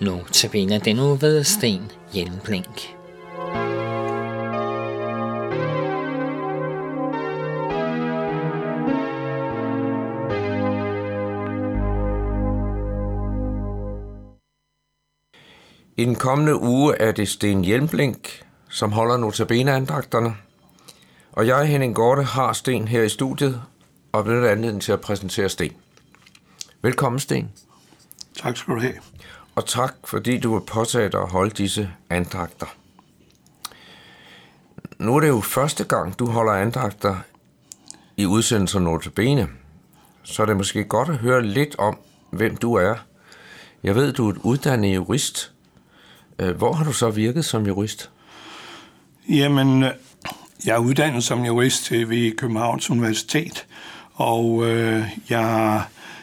Notabene den uge ved Sten Hjelmblink. I den kommende uge er det Sten Hjelmblink, som holder Notabene-andagterne. Og jeg, Henning Gorte, har Sten her i studiet og benytter anledningen til at præsentere Sten. Velkommen, Sten. Tak skal du have. Og tak, fordi du vil påtage dig at holde disse andagter. Nu er det jo første gang, du holder andagter i udsendelsen Notabene, så er det måske godt at høre lidt om, hvem du er. Jeg ved, du er et uddannet jurist. Hvor har du så virket som jurist? Jamen, jeg er uddannet som jurist ved Københavns Universitet, og jeg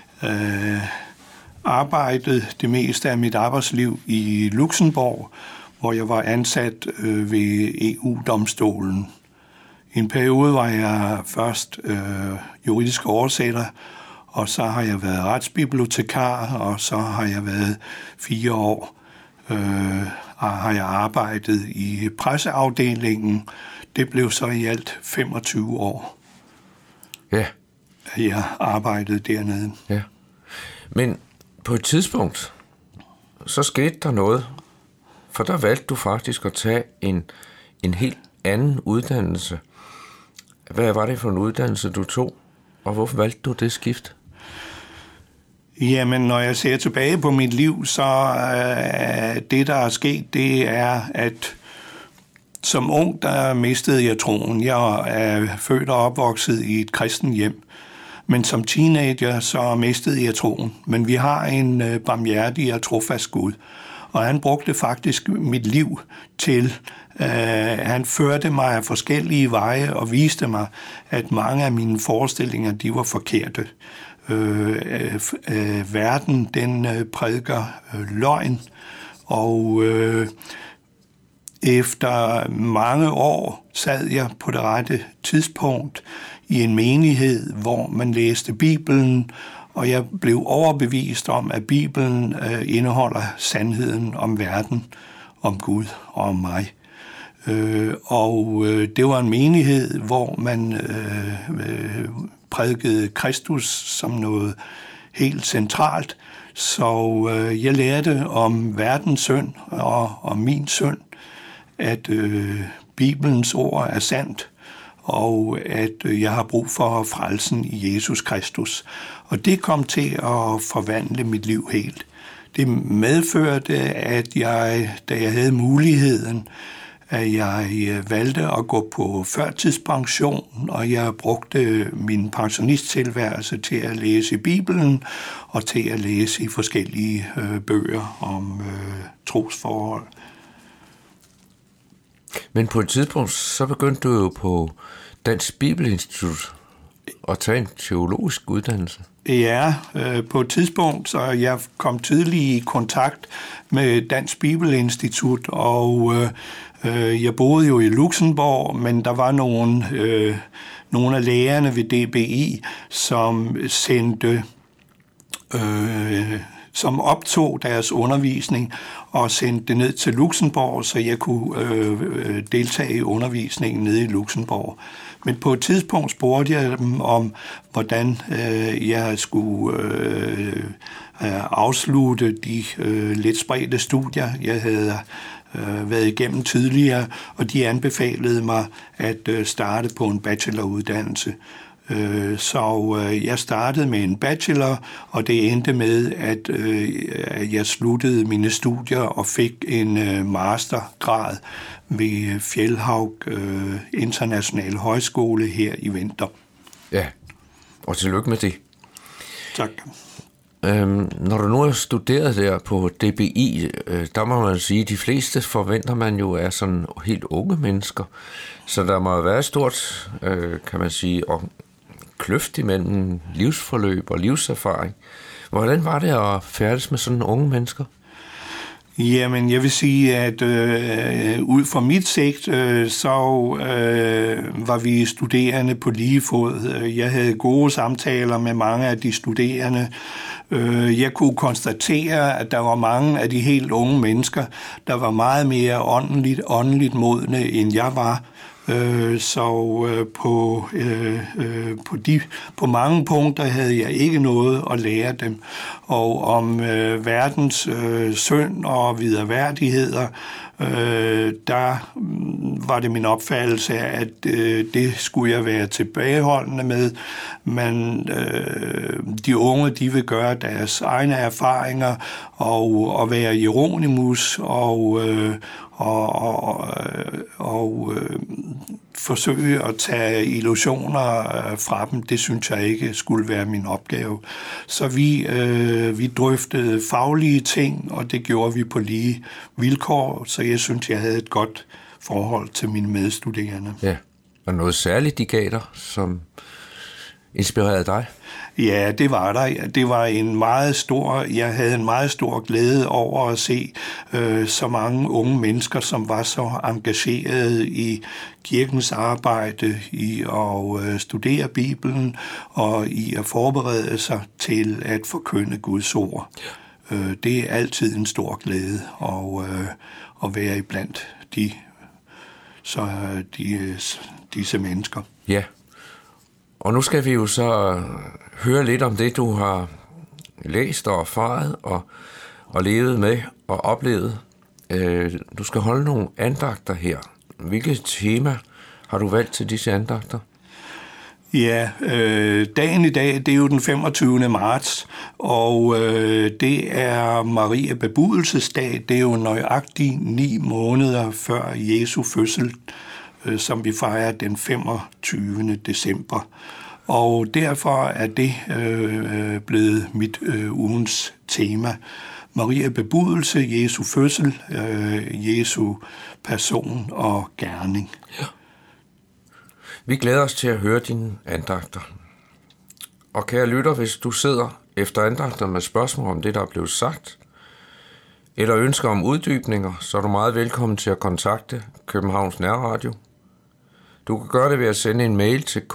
arbejdede det meste af mit arbejdsliv i Luxembourg, hvor jeg var ansat ved EU-domstolen. I en periode var jeg først juridisk oversætter, og så har jeg været retsbibliotekar, og så har jeg været 4 år har jeg arbejdet i presseafdelingen. Det blev så i alt 25 år, ja, at jeg arbejdede dernede. Ja. Men på et tidspunkt, så skete der noget, for der valgte du faktisk at tage en helt anden uddannelse. Hvad var det for en uddannelse, du tog, og hvorfor valgte du det skift? Jamen, når jeg ser tilbage på mit liv, så det, der er sket, det er, at som ung, der mistede jeg troen. Jeg er født og opvokset i et kristen hjem, men som teenager, så mistede jeg troen. Men vi har en barmhjertig og trofast Gud, og han brugte faktisk mit liv til, han førte mig af forskellige veje og viste mig, at mange af mine forestillinger, de var forkerte. Verden, den prædiker løgn, og efter mange år sad jeg på det rette tidspunkt i en menighed, hvor man læste Bibelen, og jeg blev overbevist om, at Bibelen indeholder sandheden om verden, om Gud og om mig. Og det var en menighed, hvor man prædikede Kristus som noget helt centralt. Så jeg lærte om verdens synd og om min synd, at Bibelens ord er sandt, og at jeg har brug for frelsen i Jesus Kristus. Og det kom til at forvandle mit liv helt. Det medførte, at jeg, da jeg havde muligheden, at jeg valgte at gå på førtidspension, og jeg brugte min pensionisttilværelse til at læse i Bibelen og til at læse i forskellige bøger om trosforhold. Men på et tidspunkt, så begyndte du jo på Dansk Bibelinstitut at tage en teologisk uddannelse. Ja, på et tidspunkt, så jeg kom tidligt i kontakt med Dansk Bibelinstitut, og jeg boede jo i Luxembourg, men der var nogle af lærerne ved DBI, som optog deres undervisning og sendte det ned til Luxembourg, så jeg kunne deltage i undervisningen nede i Luxembourg. Men på et tidspunkt spurgte jeg dem om, hvordan jeg skulle afslutte de lidt spredte studier, jeg havde været igennem tidligere, og de anbefalede mig at starte på en bacheloruddannelse. Så jeg startede med en bachelor, og det endte med, at jeg sluttede mine studier og fik en mastergrad ved Fjellhaug International Højskole her i vinter. Ja, og tillykke med det. Tak. Når du nu har studeret der på DBI, der må man sige, at de fleste forventer man jo er sådan helt unge mennesker. Så der må være et stort, kan man sige, kløft imellem livsforløb og livserfaring. Hvordan var det at færdes med sådan unge mennesker? Jamen, jeg vil sige, at ud fra mit sigt, så var vi studerende på lige fod. Jeg havde gode samtaler med mange af de studerende. Jeg kunne konstatere, at der var mange af de helt unge mennesker, der var meget mere åndeligt modne, end jeg var. På mange punkter havde jeg ikke noget at lære dem. Og om verdens synd og videreværdigheder, der var det min opfattelse, at det skulle jeg være tilbageholdende med. Men de unge, de vil gøre deres egne erfaringer og være Hieronymus og forsøge at tage illusioner fra dem, det synes jeg ikke skulle være min opgave. Så vi drøftede faglige ting, og det gjorde vi på lige vilkår, så jeg synes, jeg havde et godt forhold til mine medstuderende. Ja, og noget særligt, de gav dig, som inspirerede dig? Ja, det var der. Det var jeg havde en meget stor glæde over at se så mange unge mennesker, som var så engagerede i kirkens arbejde, i at studere Bibelen og i at forberede sig til at forkynde Guds ord. Det er altid en stor glæde at være iblandt disse mennesker. Ja. Og nu skal vi jo så høre lidt om det, du har læst og erfaret og levet med og oplevet. Du skal holde nogle andagter her. Hvilket tema har du valgt til disse andagter? Ja, dagen i dag, det er jo den 25. marts, og det er Maria Bebudelsesdag. Det er jo nøjagtigt 9 måneder før Jesu fødsel, som vi fejrer den 25. december. Og derfor er det blevet mit ugens tema. Maria Bebudelse, Jesu fødsel, Jesu person og gerning. Ja. Vi glæder os til at høre dine andagter. Og kære lytter, hvis du sidder efter andagter med spørgsmål om det, der er blevet sagt, eller ønsker om uddybninger, så er du meget velkommen til at kontakte Københavns Nærradio. Du kan gøre det ved at sende en mail til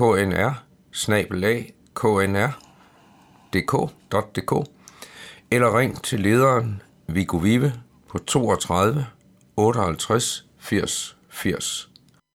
knr@knr.dk, eller ring til lederen Viggo Vive på 32 58 80 80.